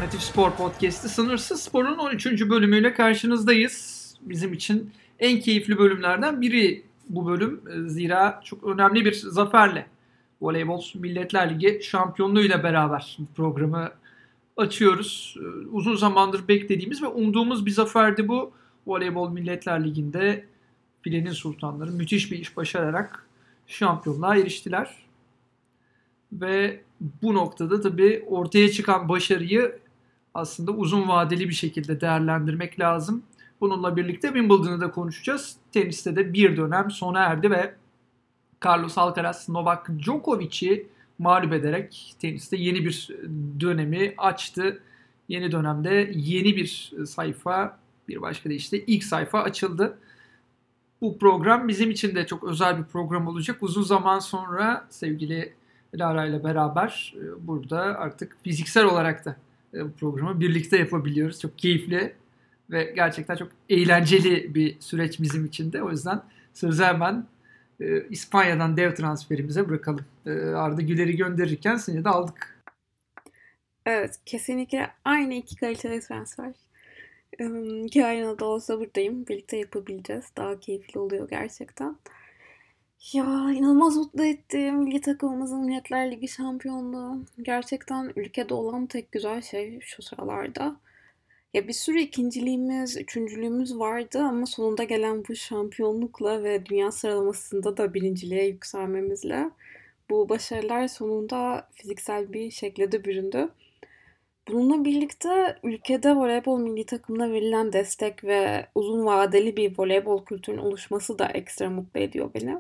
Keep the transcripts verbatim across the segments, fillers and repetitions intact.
Alternatif Spor Podcast'ı Sınırsız Spor'un on üçüncü bölümüyle karşınızdayız. Bizim için en keyifli bölümlerden biri bu bölüm. Zira çok önemli bir zaferle Voleybol Milletler Ligi şampiyonluğuyla beraber bu programı açıyoruz. Uzun zamandır beklediğimiz ve umduğumuz bir zaferdi bu. Voleybol Milletler Ligi'nde Filenin Sultanları müthiş bir iş başararak şampiyonluğa eriştiler. Ve bu noktada tabii ortaya çıkan başarıyı aslında uzun vadeli bir şekilde değerlendirmek lazım. Bununla birlikte Wimbledon'ı da konuşacağız. Teniste de bir dönem sona erdi ve Carlos Alcaraz Novak Djokovic'i mağlup ederek teniste yeni bir dönemi açtı. Yeni dönemde yeni bir sayfa, bir başka deyişle ilk sayfa açıldı. Bu program bizim için de çok özel bir program olacak. Uzun zaman sonra sevgili Lara ile beraber burada artık fiziksel olarak da bu programı birlikte yapabiliyoruz. Çok keyifli ve gerçekten çok eğlenceli bir süreç bizim için de. O yüzden sözü hemen İspanya'dan dev transferimize bırakalım. Arda Güler'i gönderirken seni de aldık. Evet, kesinlikle aynı iki kaliteli transfer. İki aynı da olsa buradayım. Birlikte yapabileceğiz. Daha keyifli oluyor gerçekten. Ya inanılmaz mutlu etti. Milli takımımızın Milletler Ligi şampiyonluğu. Gerçekten ülkede olan tek güzel şey şu sıralarda. Ya bir sürü ikinciliğimiz, üçüncülüğümüz vardı ama sonunda gelen bu şampiyonlukla ve dünya sıralamasında da birinciliğe yükselmemizle bu başarılar sonunda fiziksel bir şekilde de büründü. Bununla birlikte ülkede voleybol milli takımına verilen destek ve uzun vadeli bir voleybol kültürünün oluşması da ekstra mutlu ediyor beni.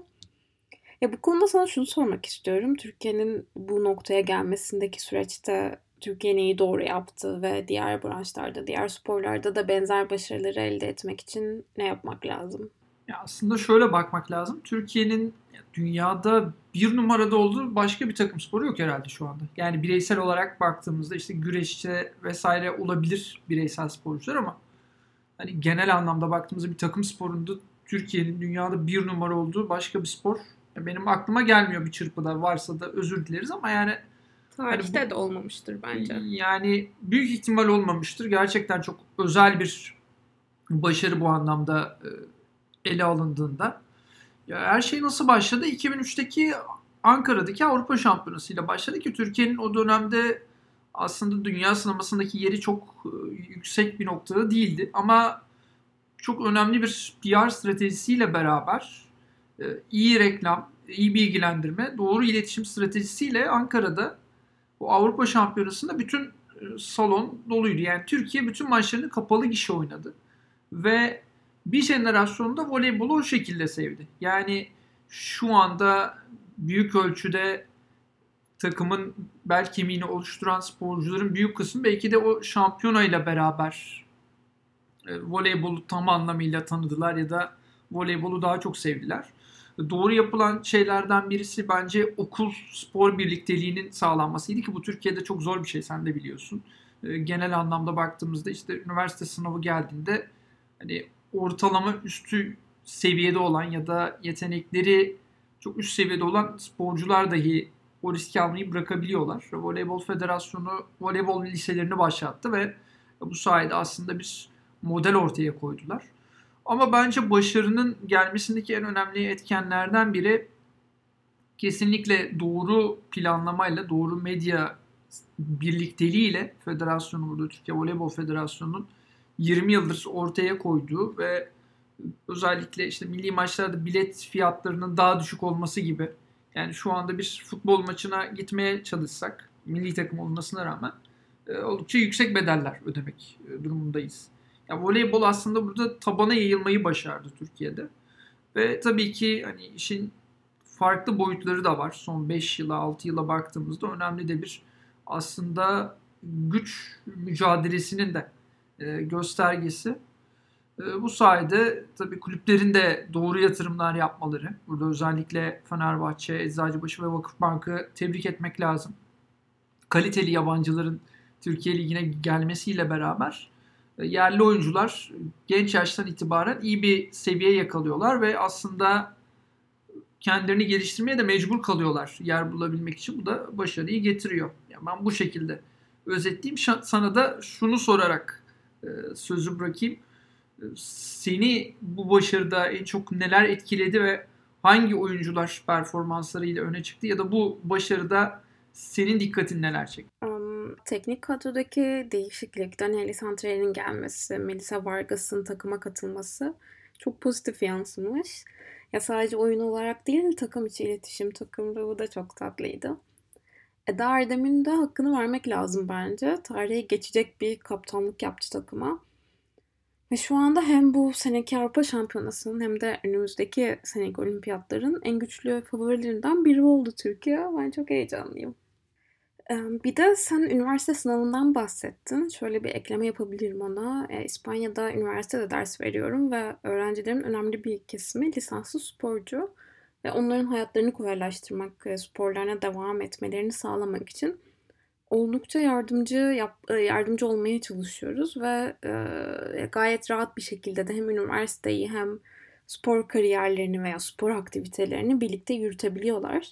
Ya bu konuda sana şunu sormak istiyorum. Türkiye'nin bu noktaya gelmesindeki süreçte Türkiye neyi doğru yaptı ve diğer branşlarda, diğer sporlarda da benzer başarıları elde etmek için ne yapmak lazım? Ya aslında şöyle bakmak lazım. Türkiye'nin dünyada bir numarada olduğu başka bir takım sporu yok herhalde şu anda. Yani bireysel olarak baktığımızda işte güreşçi vesaire olabilir bireysel sporcular ama hani genel anlamda baktığımızda bir takım sporunda Türkiye'nin dünyada bir numara olduğu başka bir spor benim aklıma gelmiyor bir çırpıda. Varsa da özür dileriz ama yani tarihte hani bu, de olmamıştır bence. Yani büyük ihtimal olmamıştır. Gerçekten çok özel bir başarı bu anlamda ele alındığında. Ya her şey nasıl başladı? iki bin üçteki Ankara'daki Avrupa Şampiyonası ile başladı ki Türkiye'nin o dönemde aslında dünya sinemasındaki yeri çok yüksek bir noktada değildi. Ama çok önemli bir P R stratejisiyle beraber iyi reklam, iyi bilgilendirme, doğru iletişim stratejisiyle Ankara'da o Avrupa Şampiyonası'nda bütün salon doluydu. Yani Türkiye bütün maçlarını kapalı gişe oynadı. Ve bir jenerasyonda voleybolu o şekilde sevdi. Yani şu anda büyük ölçüde takımın bel kemiğini oluşturan sporcuların büyük kısmı belki de o şampiyonayla beraber e, voleybolu tam anlamıyla tanıdılar ya da voleybolu daha çok sevdiler. Doğru yapılan şeylerden birisi bence okul spor birlikteliğinin sağlanmasıydı ki bu Türkiye'de çok zor bir şey, sen de biliyorsun. E, genel anlamda baktığımızda işte üniversite sınavı geldiğinde hani ortalama üstü seviyede olan ya da yetenekleri çok üst seviyede olan sporcular dahi o riski almayı bırakabiliyorlar. Voleybol Federasyonu voleybol liselerini başlattı ve bu sayede aslında bir model ortaya koydular. Ama bence başarının gelmesindeki en önemli etkenlerden biri kesinlikle doğru planlamayla, doğru medya birlikteliğiyle federasyonun, burada Türkiye Voleybol Federasyonu'nun yirmi yıldır ortaya koyduğu ve özellikle işte milli maçlarda bilet fiyatlarının daha düşük olması gibi. Yani şu anda bir futbol maçına gitmeye çalışsak milli takım olmasına rağmen oldukça yüksek bedeller ödemek durumundayız. Ya voleybol aslında burada tabana yayılmayı başardı Türkiye'de. Ve tabii ki hani işin farklı boyutları da var. Son beş yıla, altı yıla baktığımızda önemli de bir aslında güç mücadelesinin de e, göstergesi. E, bu sayede tabii kulüplerin de doğru yatırımlar yapmaları. Burada özellikle Fenerbahçe, Eczacıbaşı ve Vakıfbank'ı tebrik etmek lazım. Kaliteli yabancıların Türkiye Ligi'ne gelmesiyle beraber e, yerli oyuncular genç yaştan itibaren iyi bir seviye yakalıyorlar ve aslında kendilerini geliştirmeye de mecbur kalıyorlar yer bulabilmek için. Bu da başarıyı getiriyor. Yani ben bu şekilde özetleyeyim. Sana da şunu sorarak sözü bırakayım. Seni bu başarıda en çok neler etkiledi ve hangi oyuncular performanslarıyla öne çıktı ya da bu başarıda senin dikkatin neler çekti? Um, teknik kadrodaki değişiklik, Daniele Santrelli'nin gelmesi, Melissa Vargas'ın takıma katılması çok pozitif yansımış. Ya sadece oyun olarak değil, takım içi iletişim, takım ruhu da çok tatlıydı. Eda Erdem'in de hakkını vermek lazım bence. Tarihe geçecek bir kaptanlık yaptı takıma. Ve şu anda hem bu seneki Avrupa Şampiyonası'nın hem de önümüzdeki seneki olimpiyatların en güçlü favorilerinden biri oldu Türkiye. Ben çok heyecanlıyım. Bir de sen üniversite sınavından bahsettin. Şöyle bir ekleme yapabilirim ona. İspanya'da üniversitede ders veriyorum ve öğrencilerin önemli bir kesimi lisanslı sporcu. Ve onların hayatlarını kolaylaştırmak, sporlarına devam etmelerini sağlamak için oldukça yardımcı yap, yardımcı olmaya çalışıyoruz ve e, gayet rahat bir şekilde de hem üniversiteyi hem spor kariyerlerini veya spor aktivitelerini birlikte yürütebiliyorlar.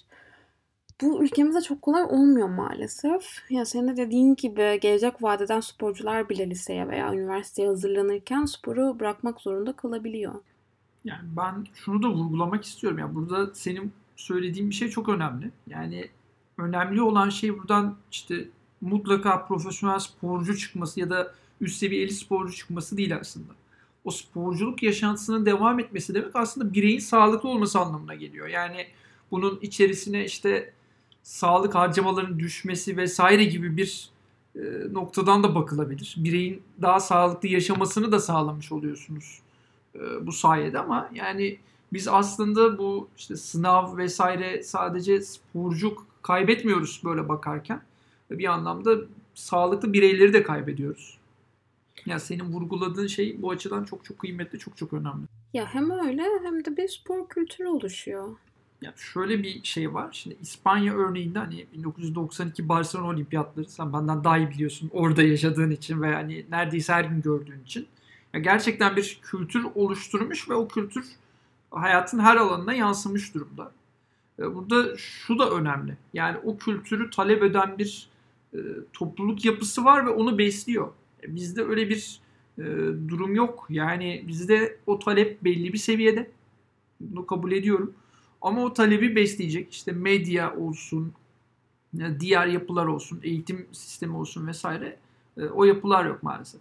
Bu ülkemizde çok kolay olmuyor maalesef. Ya senin de dediğin gibi gelecek vadeden sporcular bile liseye veya üniversiteye hazırlanırken sporu bırakmak zorunda kalabiliyor. Yani ben şunu da vurgulamak istiyorum. Yani burada senin söylediğin bir şey çok önemli. Yani önemli olan şey buradan işte mutlaka profesyonel sporcu çıkması ya da üst seviyeli sporcu çıkması değil aslında. O sporculuk yaşantısının devam etmesi demek aslında bireyin sağlıklı olması anlamına geliyor. Yani bunun içerisine işte sağlık harcamalarının düşmesi vesaire gibi bir e, noktadan da bakılabilir. Bireyin daha sağlıklı yaşamasını da sağlamış oluyorsunuz e, bu sayede ama yani biz aslında bu işte sınav vesaire sadece sporcu kaybetmiyoruz böyle bakarken. Bir anlamda sağlıklı bireyleri de kaybediyoruz. Ya senin vurguladığın şey bu açıdan çok çok kıymetli, çok çok önemli. Ya hem öyle hem de bir spor kültürü oluşuyor. Ya şöyle bir şey var. Şimdi İspanya örneğinde hani bin dokuz yüz doksan iki Barcelona Olimpiyatları sen benden daha iyi biliyorsun orada yaşadığın için ve hani neredeyse her gün gördüğün için. Ya gerçekten bir kültür oluşturmuş ve o kültür hayatın her alanına yansımış durumda. Burada şu da önemli. Yani o kültürü talep eden bir e, topluluk yapısı var ve onu besliyor. Bizde öyle bir e, durum yok. Yani bizde o talep belli bir seviyede. Bunu kabul ediyorum. Ama o talebi besleyecek işte medya olsun, diğer yapılar olsun, eğitim sistemi olsun vesaire o yapılar yok maalesef.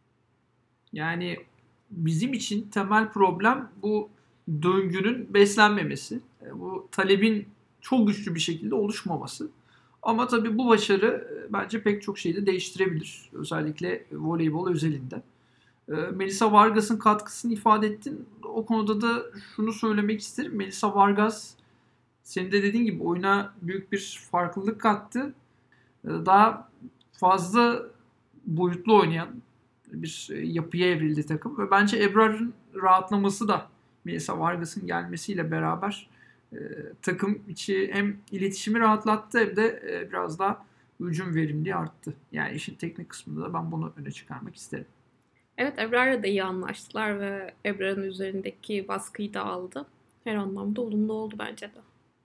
Yani bizim için temel problem bu döngünün beslenmemesi. Bu talebin çok güçlü bir şekilde oluşmaması. Ama tabii bu başarı bence pek çok şeyi de değiştirebilir. Özellikle voleybol özelinde. Melissa Vargas'ın katkısını ifade ettin. O konuda da şunu söylemek isterim. Melissa Vargas senin de dediğin gibi oyuna büyük bir farklılık kattı. Daha fazla boyutlu oynayan bir yapıya evrildi takım. Ve bence Ebrar'ın rahatlaması da Melissa Vargas'ın gelmesiyle beraber takım içi hem iletişimi rahatlattı hem de biraz daha hücum verimliliği arttı. Yani işin teknik kısmında da ben bunu öne çıkarmak isterim. Evet, Ebrar'la da iyi anlaştılar ve Ebrar'ın üzerindeki baskıyı da aldı. Her anlamda olumlu oldu bence de.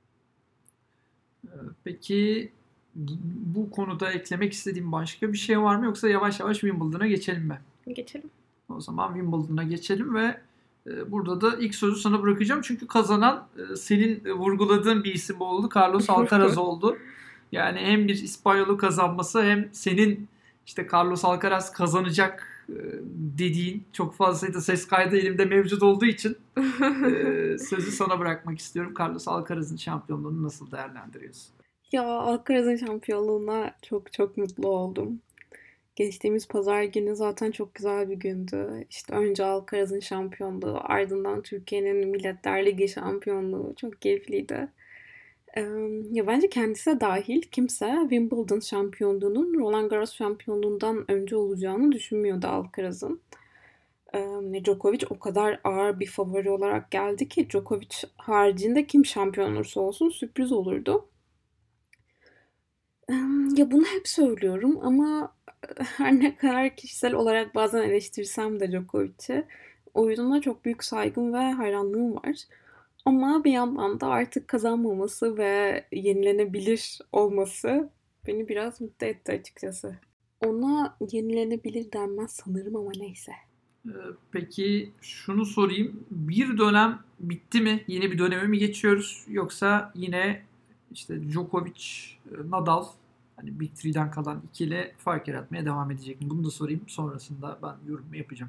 Peki bu konuda eklemek istediğim başka bir şey var mı yoksa yavaş yavaş Wimbledon'a geçelim mi? Geçelim. O zaman Wimbledon'a geçelim ve burada da ilk sözü sana bırakacağım. Çünkü kazanan senin vurguladığın bir isim oldu. Carlos Alcaraz oldu. Yani hem bir İspanyolu kazanması hem senin işte Carlos Alcaraz kazanacak dediğin çok fazla sayıda ses kaydı elimde mevcut olduğu için sözü sana bırakmak istiyorum. Carlos Alcaraz'ın şampiyonluğunu nasıl değerlendiriyorsun? Ya Alcaraz'ın şampiyonluğuna çok çok mutlu oldum. Geçtiğimiz pazar günü zaten çok güzel bir gündü. İşte önce Alcaraz'ın şampiyonluğu, ardından Türkiye'nin Milletler Ligi şampiyonluğu çok keyifliydi. Ee, ya bence kendisi de dahil kimse Wimbledon şampiyonluğunun Roland Garros şampiyonluğundan önce olacağını düşünmüyordu Alcaraz'ın. Ee, Djokovic o kadar ağır bir favori olarak geldi ki Djokovic haricinde kim şampiyon olursa olsun sürpriz olurdu. Ee, ya bunu hep söylüyorum ama her ne kadar kişisel olarak bazen eleştirsem de Djokovic'i oyununa çok büyük saygım ve hayranlığım var. Ama bir yandan da artık kazanmaması ve yenilenebilir olması beni biraz mutlu etti açıkçası. Ona yenilenebilir denmez sanırım ama neyse. Ee, Peki şunu sorayım. Bir dönem bitti mi? Yeni bir döneme mi geçiyoruz? Yoksa yine işte Djokovic, e, Nadal hani Big Three'den kalan ikili fark yaratmaya devam edecek mi? Bunu da sorayım. Sonrasında ben yorum yapacağım.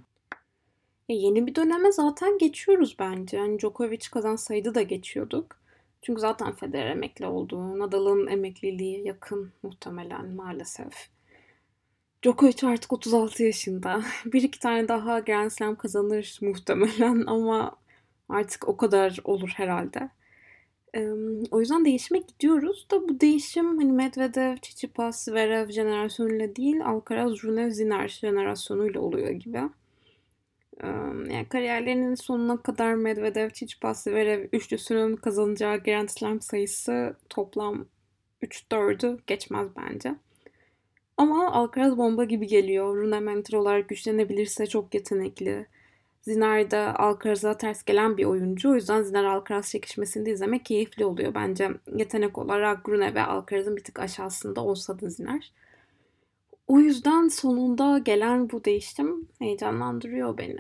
E, yeni bir döneme zaten geçiyoruz bence. Yani Djokovic kazansaydı da geçiyorduk. Çünkü zaten Federer emekli oldu. Nadal'ın emekliliği yakın muhtemelen maalesef. Djokovic artık otuz altı yaşında. Bir iki tane daha Grand Slam kazanır muhtemelen ama artık o kadar olur herhalde. Ee, O yüzden değişime gidiyoruz da bu değişim hani Medvedev, Tsitsipas, Zverev jenerasyonuyla değil Alcaraz, Rune, Sinner jenerasyonuyla oluyor gibi. Ee, Yani kariyerlerinin sonuna kadar Medvedev, Tsitsipas, Zverev üçlüsünün kazanacağı Grand Slam sayısı toplam üç dördü geçmez bence. Ama Alcaraz bomba gibi geliyor. Rune mental olarak güçlenebilirse çok yetenekli. Ziner de Alcaraz'a ters gelen bir oyuncu. O yüzden Ziner Alcaraz çekişmesini de izlemek keyifli oluyor. Bence yetenek olarak Rune ve Alcaraz'ın bir tık aşağısında olsa da Ziner. O yüzden sonunda gelen bu değişim heyecanlandırıyor beni.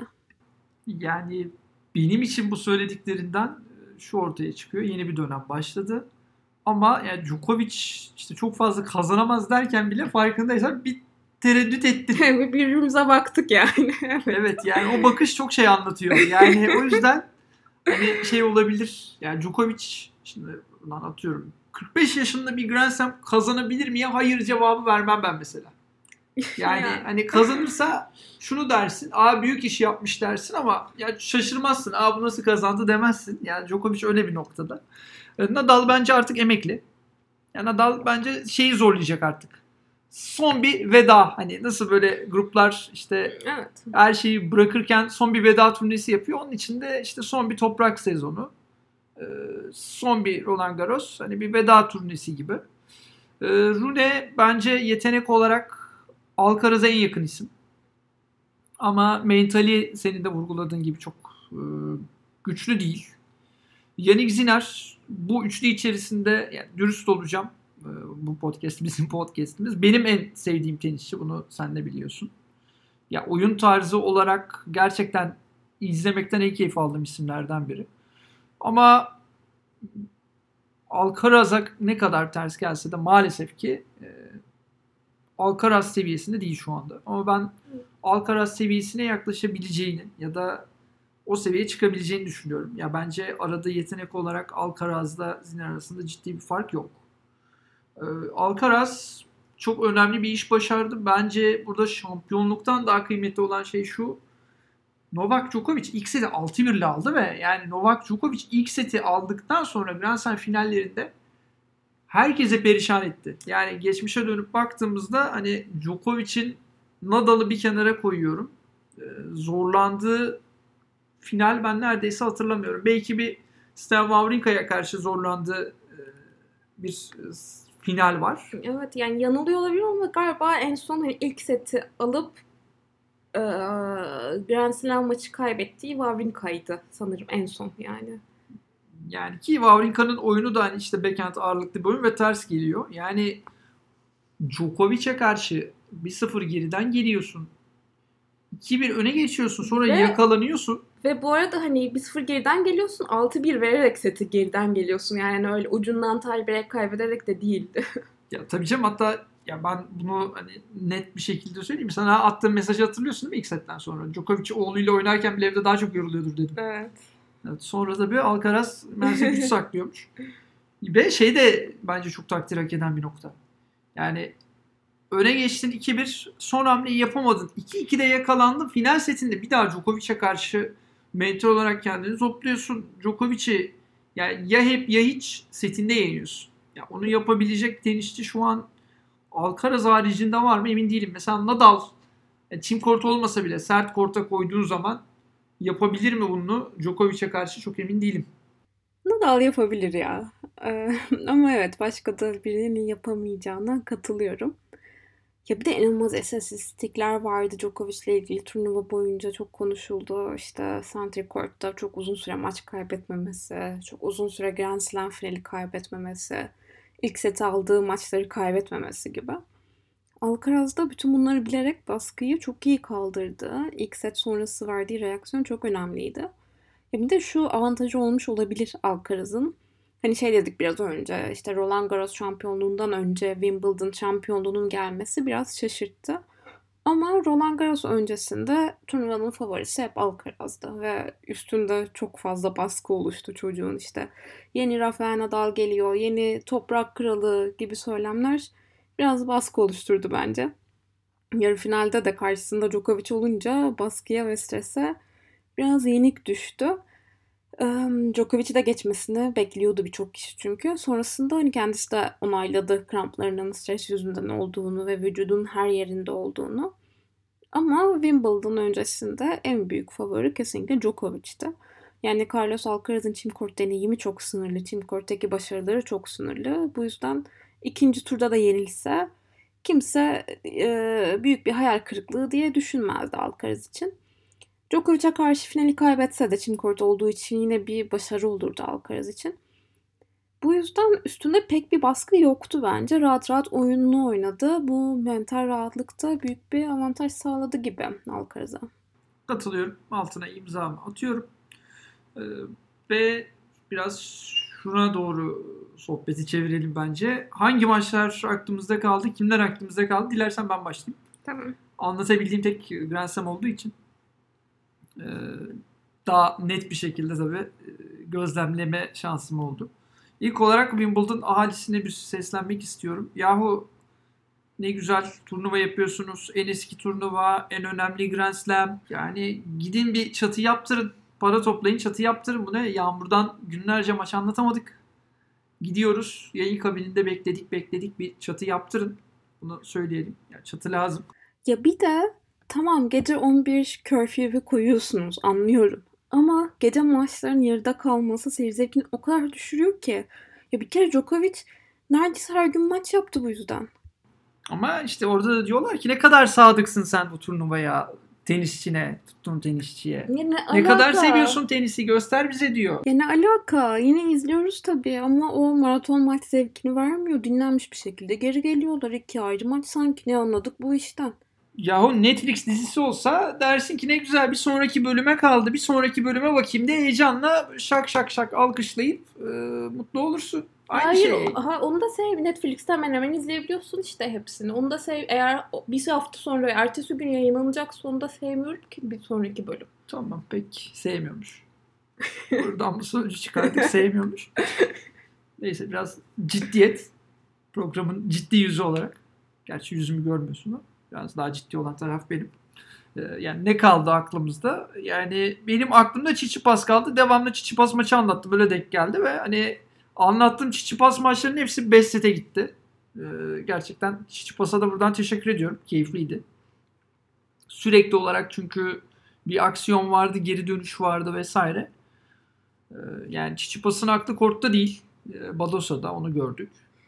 Yani benim için bu söylediklerinden e, şu ortaya çıkıyor. Yeni bir dönem başladı. Ama yani Djokovic işte çok fazla kazanamaz derken bile farkındaysan bir tereddüt ettim. Birbirimize baktık yani. Evet yani o bakış çok şey anlatıyor. Yani o yüzden hani şey olabilir. Yani Djokovic şimdi lan atıyorum kırk beş yaşında bir Grand Slam kazanabilir mi ya? Hayır cevabı vermem ben mesela. Yani hani kazanırsa şunu dersin. Aa büyük iş yapmış dersin ama ya şaşırmazsın. Aa bu nasıl kazandı demezsin. Yani Djokovic öyle bir noktada. Nadal bence artık emekli. Yani Nadal bence şeyi zorlayacak artık. Son bir veda. Hani nasıl böyle gruplar işte Evet. her şeyi bırakırken son bir veda turnesi yapıyor. Onun içinde işte son bir toprak sezonu. Son bir Roland Garros. Hani bir veda turnesi gibi. Rune bence yetenek olarak Alcaraz'a en yakın isim. Ama mentali senin de vurguladığın gibi çok e, güçlü değil. Yannick Sinner bu üçlü içerisinde yani dürüst olacağım. E, bu podcast bizim podcastimiz. Benim en sevdiğim tenisçi. Bunu sen de biliyorsun. Ya oyun tarzı olarak gerçekten izlemekten en keyif aldığım isimlerden biri. Ama Alcaraz'a ne kadar ters gelse de maalesef ki e, Alcaraz seviyesinde değil şu anda. Ama ben Alcaraz seviyesine yaklaşabileceğini ya da o seviyeye çıkabileceğini düşünüyorum. Ya bence aradığı yetenek olarak Alcaraz'la Sinner arasında ciddi bir fark yok. Ee, Alcaraz çok önemli bir iş başardı. Bence burada şampiyonluktan daha kıymetli olan şey şu. Novak Djokovic ilk seti altı bir ile aldı ve yani Novak Djokovic ilk seti aldıktan sonra Grand Slam finallerinde herkese perişan etti. Yani geçmişe dönüp baktığımızda hani Djokovic'in Nadal'ı bir kenara koyuyorum. Ee, zorlandığı final ben neredeyse hatırlamıyorum. Belki bir Stan Wawrinka'ya karşı zorlandığı e, bir e, final var. Evet yani yanılıyor olabilir ama galiba en son hani ilk seti alıp e, Grand Slam maçı kaybettiği Wawrinka'ydı sanırım en son yani. Yani ki Wawrinka'nın oyunu da hani işte backhand ağırlıklı bir oyun ve ters geliyor. Yani Djokovic'e karşı bir sıfır geriden geliyorsun. iki bir öne geçiyorsun. Sonra ve, yakalanıyorsun. Ve bu arada hani bir sıfır geriden geliyorsun. altı bir vererek seti geriden geliyorsun. Yani öyle ucundan tiebreak kaybederek de değildi. Ya tabii canım hatta ya ben bunu hani net bir şekilde söyleyeyim. Sana attığım mesajı hatırlıyorsun değil mi ilk setten sonra? Djokovic oğluyla oynarken bile evde daha çok yoruluyordur dedim. Evet. Evet, sonra da bir Alcaraz Mercedes güç saklıyormuş. Ve şey de bence çok takdir hak eden bir nokta. Yani öne geçtin iki bir, son hamleyi yapamadın. iki ikide yakalandın. Final setinde bir daha Djokovic'e karşı mental olarak kendini topluyorsun. Djokovic'i yani ya hep ya hiç setinde yeniyorsun. Ya onu yapabilecek tenisçi şu an Alcaraz haricinde var mı emin değilim. Mesela Nadal yani çim kort olmasa bile sert korta koyduğun zaman yapabilir mi bunu? Djokovic'e karşı çok emin değilim. Nadal yapabilir ya. Ee, ama evet başka da birinin yapamayacağına katılıyorum. Ya bir de inanılmaz istatistikler vardı Djokovic'le ilgili turnuva boyunca çok konuşuldu. İşte Century Court'ta çok uzun süre maç kaybetmemesi, çok uzun süre Grand Slam finali kaybetmemesi, ilk seti aldığı maçları kaybetmemesi gibi. Alcaraz da bütün bunları bilerek baskıyı çok iyi kaldırdı. İlk set sonrası verdiği reaksiyon çok önemliydi. Ya bir de şu avantajı olmuş olabilir Alcaraz'ın. Hani şey dedik biraz önce, işte Roland Garros şampiyonluğundan önce Wimbledon şampiyonluğunun gelmesi biraz şaşırttı. Ama Roland Garros öncesinde turnuvanın favorisi hep Alcaraz'dı ve üstünde çok fazla baskı oluştu çocuğun işte. Yeni Rafael Nadal geliyor, yeni toprak kralı gibi söylemler biraz baskı oluşturdu bence. Yarı finalde de karşısında Djokovic olunca baskıya ve strese biraz yenik düştü. Djokovic'i de geçmesini bekliyordu birçok kişi çünkü. Sonrasında hani kendisi de onayladı kramplarının stres yüzünden olduğunu ve vücudun her yerinde olduğunu. Ama Wimbledon öncesinde en büyük favori kesinlikle Djokovic'ti. Yani Carlos Alcaraz'ın çim kort deneyimi çok sınırlı. Çim korttaki başarıları çok sınırlı. Bu yüzden ikinci turda da yenilse kimse e, büyük bir hayal kırıklığı diye düşünmezdi Alcaraz için. Djokovic'e karşı finali kaybetse de çim kort olduğu için yine bir başarı olurdu Alcaraz için. Bu yüzden üstünde pek bir baskı yoktu bence. Rahat rahat oyununu oynadı. Bu mental rahatlıkta büyük bir avantaj sağladı gibi Alcaraz'a. Katılıyorum. Altına imzamı atıyorum. Ee, ve biraz şuna doğru sohbeti çevirelim bence. Hangi maçlar aklımızda kaldı? Kimler aklımızda kaldı? Dilersen ben başlayayım. Tamam. Anlatabildiğim tek Grand Slam olduğu için e, daha net bir şekilde tabii e, gözlemleme şansım oldu. İlk olarak Wimbledon ahalisine bir seslenmek istiyorum. Yahu ne güzel turnuva yapıyorsunuz. En eski turnuva, en önemli Grand Slam. Yani gidin bir çatı yaptırın. Para toplayın, çatı yaptırın. Bu ne? Yağmurdan günlerce maç anlatamadık. Gidiyoruz. Yayın kabininde bekledik, bekledik. Bir çatı yaptırın. Bunu söyleyelim. Ya çatı lazım. Ya bir de tamam gece on bir curfew'i koyuyorsunuz anlıyorum. Ama gece maçların yarıda kalması seyir zevkini o kadar düşürüyor ki. Ya bir kere Djokovic neredeyse her gün maç yaptı bu yüzden. Ama işte orada da diyorlar ki ne kadar sadıksın sen bu turnuvaya, tenisçine, tuttuğun tenisçiye. Ya ne, Ne alaka? kadar seviyorsun tenisi göster bize diyor. Ya ne alaka? Yine izliyoruz tabii ama o maraton maç zevkini vermiyor. Dinlenmiş bir şekilde geri geliyorlar. İki ayrı maç sanki. Ne anladık bu işten? Yahu Netflix dizisi olsa dersin ki ne güzel bir sonraki bölüme kaldı. Bir sonraki bölüme bakayım diye heyecanla şak şak şak alkışlayıp e, mutlu olursun. Aynı Hayır, şey. aha, onu da sev. Netflix'te hemen hemen izleyebiliyorsun işte hepsini. Onu da sev. Eğer bir hafta sonra, ertesi gün yayınlanacaksa onu da sevmiyorum ki bir sonraki bölüm. Tamam pek sevmiyormuş. Buradan bu sonucu çıkardık sevmiyormuş. Neyse biraz ciddiyet. Programın ciddi yüzü olarak. Gerçi yüzümü görmüyorsun. Biraz daha ciddi olan taraf benim. Ee, yani ne kaldı aklımızda? Yani benim aklımda Çiçipas kaldı. Devamlı Çiçipas maçı anlattı. Böyle denk geldi ve hani anlattığım Çiçipas maçlarının hepsi beş sete gitti. Ee, gerçekten Çiçipas'a da buradan teşekkür ediyorum. Keyifliydi. Sürekli olarak çünkü bir aksiyon vardı, geri dönüş vardı vesaire. Ee, yani Çiçipas'ın aklı kortta değil. Ee, Badosa'da onu gördük.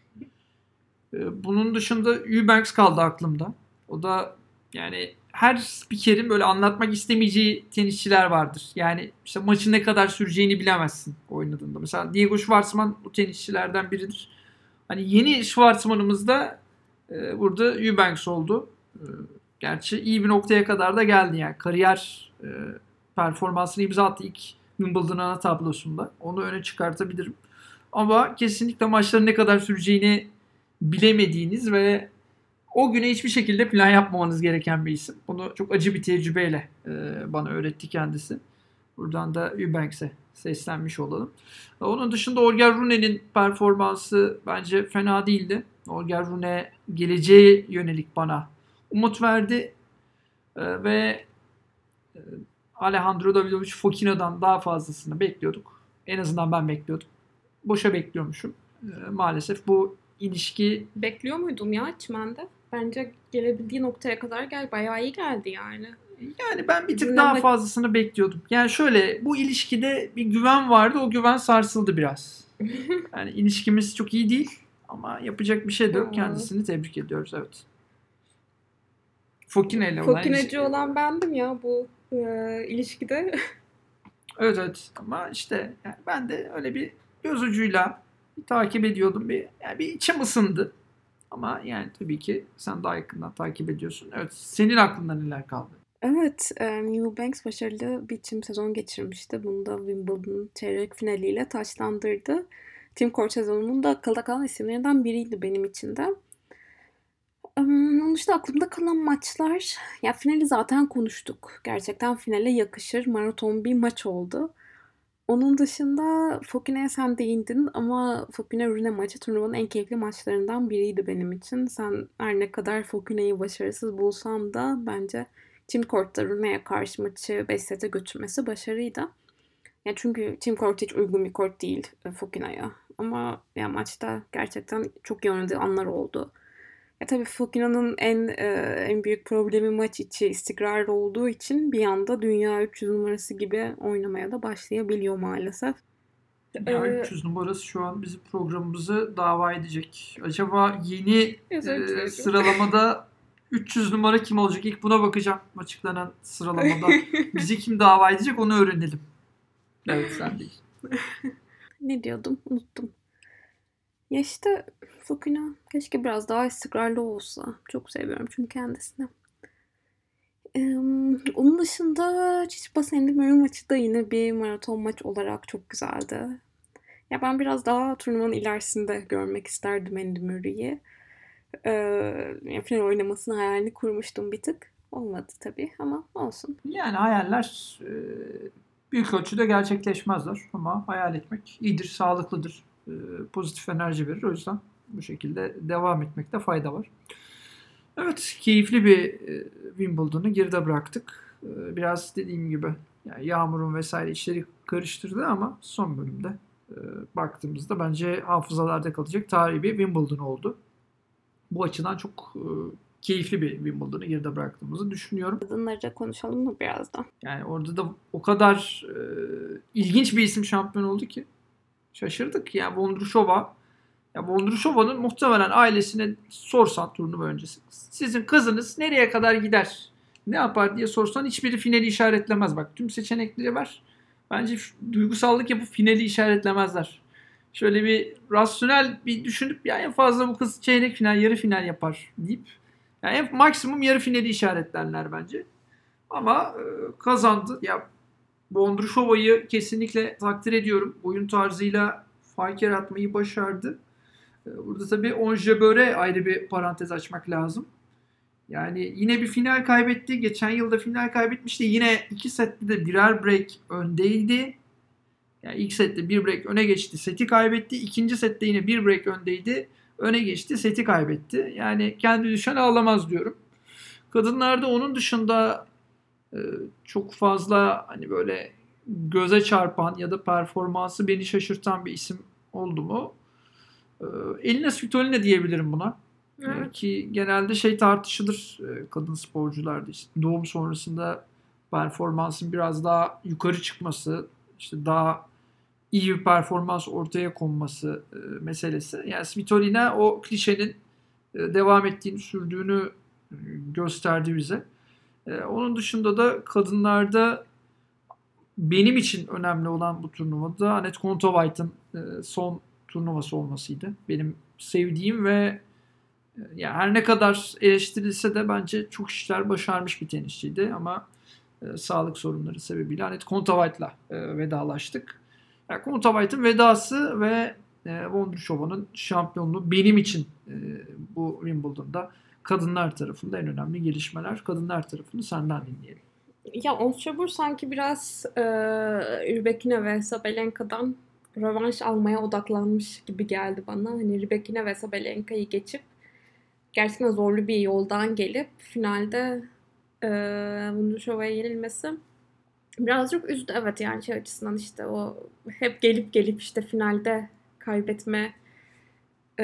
Ee, bunun dışında Eubanks kaldı aklımda. O da yani her spikerin böyle anlatmak istemeyeceği tenisçiler vardır. Yani işte maçın ne kadar süreceğini bilemezsin oynadığında. Mesela Diego Schwartzman bu tenisçilerden biridir. Hani yeni Schwartzman'ımız da e, burada Eubanks oldu. E, gerçi iyi bir noktaya kadar da geldi yani. Kariyer e, performansını imza attı ilk Wimbledon ana tablosunda. Onu öne çıkartabilirim. Ama kesinlikle maçların ne kadar süreceğini bilemediğiniz ve o güne hiçbir şekilde plan yapmamanız gereken bir isim. Bunu çok acı bir tecrübeyle e, bana öğretti kendisi. Buradan da Eubanks'e seslenmiş olalım. Onun dışında Holger Rune'nin performansı bence fena değildi. Holger Rune geleceğe yönelik bana umut verdi. E, ve e, Alejandro Davidovich Fokino'dan daha fazlasını bekliyorduk. En azından ben bekliyordum. Boşa bekliyormuşum. E, maalesef bu ilişki... Bekliyor muydun ya Çimen'de? Bence gelebildiği noktaya kadar gel. Bayağı iyi geldi yani. Yani ben bir tık Dinleme- daha fazlasını bekliyordum. Yani şöyle bu ilişkide bir güven vardı. O güven sarsıldı biraz. Yani ilişkimiz çok iyi değil ama yapacak bir şey de yok. Aa. Kendisini tebrik ediyoruz evet. Fokine ile olan Fokinacı ilişki- olan bendim ya bu e, ilişkide. Evet evet ama işte yani ben de öyle bir göz ucuyla bir takip ediyordum. Bir, yani bir içim ısındı. Ama yani tabii ki sen daha yakından takip ediyorsun. Evet, senin aklında neler kaldı? Evet, e, Eubanks başarılı bir çim sezon geçirmişti. Bunu da Wimbledon çeyrek finaliyle taçlandırdı. Tim Court sezonunun da akılda kalan isimlerinden biriydi benim için de. Im, Onun dışında aklımda kalan maçlar, ya finali zaten konuştuk. Gerçekten finale yakışır maraton bir maç oldu. Onun dışında Fokine'ye sen değindin ama Fokine-Rune maçı turnuvanın en keyifli maçlarından biriydi benim için. Sen her ne kadar Fokine'yi başarısız bulsan da bence Team Court'ta Rune'ye karşı maçı beş sete götürmesi başarıydı. Ya çünkü Team Court hiç uygun bir kort değil e, Fokina'ya. Ama ya maçta gerçekten çok iyi oynadığı anlar oldu. Ya tabii Fokina'nın en e, en büyük problemi maç içi istikrarlı olduğu için bir anda dünya üç yüz numarası gibi oynamaya da başlayabiliyor maalesef. Ya Ee, üç yüz numarası şu an bizim programımızı dava edecek. Acaba yeni Özür e, dilerim. sıralamada üç yüz numara kim olacak? İlk buna bakacağım açıklanan sıralamada. Bizi kim dava edecek onu öğrenelim. Evet, sen değil. Ne diyordum? Unuttum. Ya işte Fokina keşke biraz daha istikrarlı olsa. Çok seviyorum çünkü kendisini. Ee, Onun dışında Tsitsipas Andy Murray maçı da yine bir maraton maç olarak çok güzeldi. Ya ben biraz daha turnuvanın ilerisinde görmek isterdim Andy Murray'i. Ee, yani final oynamasını hayalini kurmuştum bir tık. Olmadı tabii ama olsun. Yani hayaller e, büyük ölçüde gerçekleşmezler ama hayal etmek iyidir, sağlıklıdır, e, pozitif enerji verir. O yüzden bu şekilde devam etmekte fayda var. Evet, keyifli bir e, Wimbledon'u geride bıraktık. E, biraz dediğim gibi yani yağmurun vesaire işleri karıştırdı ama son bölümde e, baktığımızda bence hafızalarda kalacak tarihi bir Wimbledon oldu. Bu açıdan çok e, keyifli bir Wimbledon'u geride bıraktığımızı düşünüyorum. Kadınları konuşalım mı biraz da? Yani orada da o kadar e, ilginç bir isim şampiyon oldu ki şaşırdık. Yani Vondrushova, ya Vondrushova'nın muhtemelen ailesine sorsan turnuva öncesi, sizin kızınız nereye kadar gider, ne yapar diye sorsan hiçbiri finali işaretlemez. Bak, tüm seçenekleri var. Bence duygusallık yapıp finali işaretlemezler. Şöyle bir rasyonel bir düşünüp ya en fazla bu kız çeyrek final, yarı final yapar deyip yani en maksimum yarı finali işaretlerler bence. Ama e, kazandı. Ya Vondrushova'yı kesinlikle takdir ediyorum. Oyun tarzıyla fark yaratmayı başardı. E, Burada tabii Ons Jabeur'e ayrı bir parantez açmak lazım. Yani yine bir final kaybetti. Geçen yılda final kaybetmişti. Yine iki sette de birer break öndeydi. Yani ilk sette bir break öne geçti. Seti kaybetti. İkinci sette yine bir break öndeydi. Öne geçti. Seti kaybetti. Yani kendi düşen ağlamaz diyorum. Kadınlarda onun dışında e, çok fazla hani böyle göze çarpan ya da performansı beni şaşırtan bir isim oldu mu? E, Elina Svitolina diyebilirim buna. Evet. E, ki genelde şey tartışılır e, kadın sporcularda, işte doğum sonrasında performansın biraz daha yukarı çıkması, işte daha iyi bir performans ortaya konması e, meselesi. Yani Svitolina o klişenin e, devam ettiğini, sürdüğünü e, gösterdi bize. E, onun dışında da kadınlarda benim için önemli olan bu turnuvada Anett Kontaveit e, son turnuvası olmasıydı. Benim sevdiğim ve e, yani her ne kadar eleştirilse de bence çok işler başarmış bir tenisçiydi ama e, sağlık sorunları sebebiyle Anett Kontaveit'la e, vedalaştık. Yani Kontaveit'in vedası ve e, Vondrushova'nın şampiyonluğu benim için e, bu Wimbledon'da kadınlar tarafında en önemli gelişmeler. Kadınlar tarafını senden dinleyelim. Ya Ons Jabeur sanki biraz e, Rybakina ve Sabalenka'dan rövanş almaya odaklanmış gibi geldi bana. Hani Rybakina ve Sabalenka'yı geçip gerçekten zorlu bir yoldan gelip finalde e, Vondrushova'ya yenilmesi birazcık üzdü. Evet, yani şey açısından işte o hep gelip gelip işte finalde kaybetme e,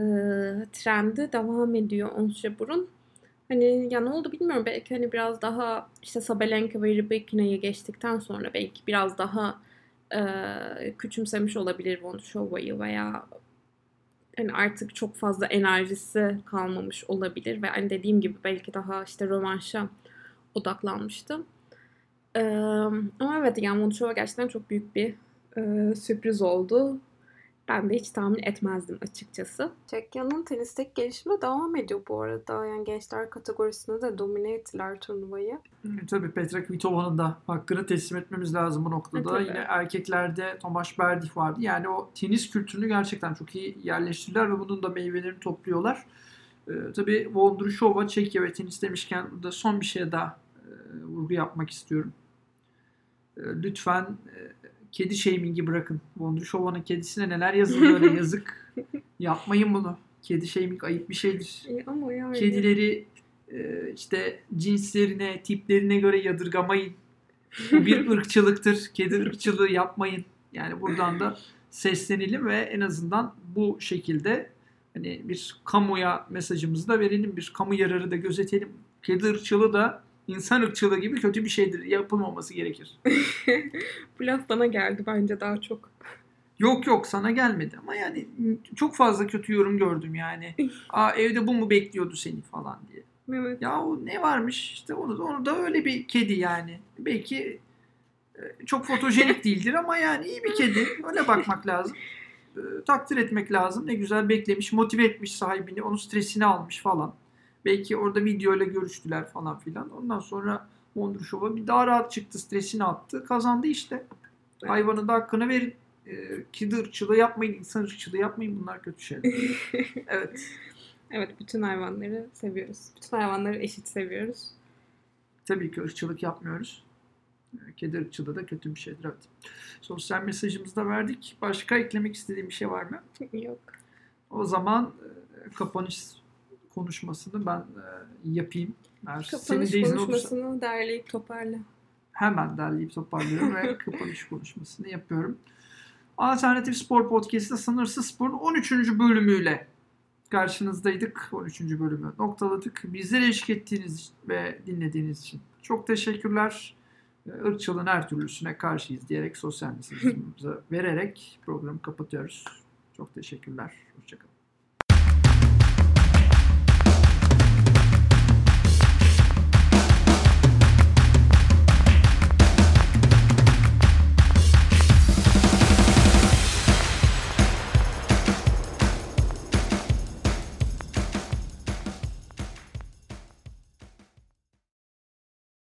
trendi devam ediyor Ons Jabeur'un. Hani ya ne oldu bilmiyorum. Belki hani biraz daha işte Sabalenka ve Rybakina'yı geçtikten sonra belki biraz daha e, küçümsemiş olabilir Vondrushova'yı veya hani artık çok fazla enerjisi kalmamış olabilir ve hani dediğim gibi belki daha işte rövanşa odaklanmıştı. E, Ama evet, yani Vondrushova gerçekten çok büyük bir e, sürpriz oldu. Ben de hiç tahmin etmezdim açıkçası. Çekya'nın tenisteki gelişimi devam ediyor bu arada. Yani gençler kategorisinde de domine ettiler turnuvayı. E, tabii Petra Kvitova'nın da hakkını teslim etmemiz lazım bu noktada. E, Yine erkeklerde Tomasz Berdych vardı. Yani o tenis kültürünü gerçekten çok iyi yerleştirdiler ve bunun da meyvelerini topluyorlar. E, tabii Vondrushova, Çekya ve tenis demişken burada son bir şeye daha e, vurgu yapmak istiyorum. E, lütfen e, kedi shaming'i bırakın. Vondrushova'nın kedisine neler yazılıyor öyle yazık. Yapmayın bunu. Kedi shaming ayıp bir şeydir. E, ama yani. Kedileri e, işte cinslerine, tiplerine göre yadırgamayın. Bu bir ırkçılıktır. Kedi ırkçılığı yapmayın. Yani buradan da seslenelim ve en azından bu şekilde hani bir kamuya mesajımızı da verelim. Bir kamu yararı da gözetelim. Kedi ırkçılığı da insan ırkçılığı gibi kötü bir şeydir. Yapılmaması gerekir. Bu laf bana geldi bence daha çok. Yok yok sana gelmedi ama yani çok fazla kötü yorum gördüm yani. Aa evde bu mu bekliyordu seni falan diye. Evet. Ya o ne varmış işte onu da, onu da öyle bir kedi yani. Belki e, çok fotojenik değildir ama yani iyi bir kedi. Öyle bakmak lazım. E, takdir etmek lazım. Ne güzel beklemiş, motive etmiş sahibini, onun stresini almış falan. Belki orada videoyla görüştüler falan filan. Ondan sonra Vondrushova bir daha rahat çıktı, stresini attı, kazandı işte. Evet. Hayvanın da hakkını verin. E, kedi ırkçılığı yapmayın, insan ırkçılığı yapmayın. Bunlar kötü şeyler. Evet. Evet, bütün hayvanları seviyoruz. Bütün hayvanları eşit seviyoruz. Tabii ki ırkçılık yapmıyoruz. Kedi ırkçılığı da kötü bir şeydir. Evet. Sosyal mesajımızı da verdik. Başka eklemek istediğim bir şey var mı? Yok. O zaman e, kapanış konuşmasını ben e, yapayım. Eğer senin Kapanış de izin konuşmasını olursa derleyip toparla. hemen derleyip toparlıyorum ve kapanış konuşmasını yapıyorum. Alternatif Spor Podcast'ta Sınırsız Spor'un on üçüncü bölümüyle karşınızdaydık. on üçüncü bölümü noktaladık. Bizlere eşlik ettiğiniz ve dinlediğiniz için çok teşekkürler. Irkçılığın her türlüsüne karşıyız diyerek sosyal mesajımızı vererek programı kapatıyoruz. Çok teşekkürler. Hoşçakalın.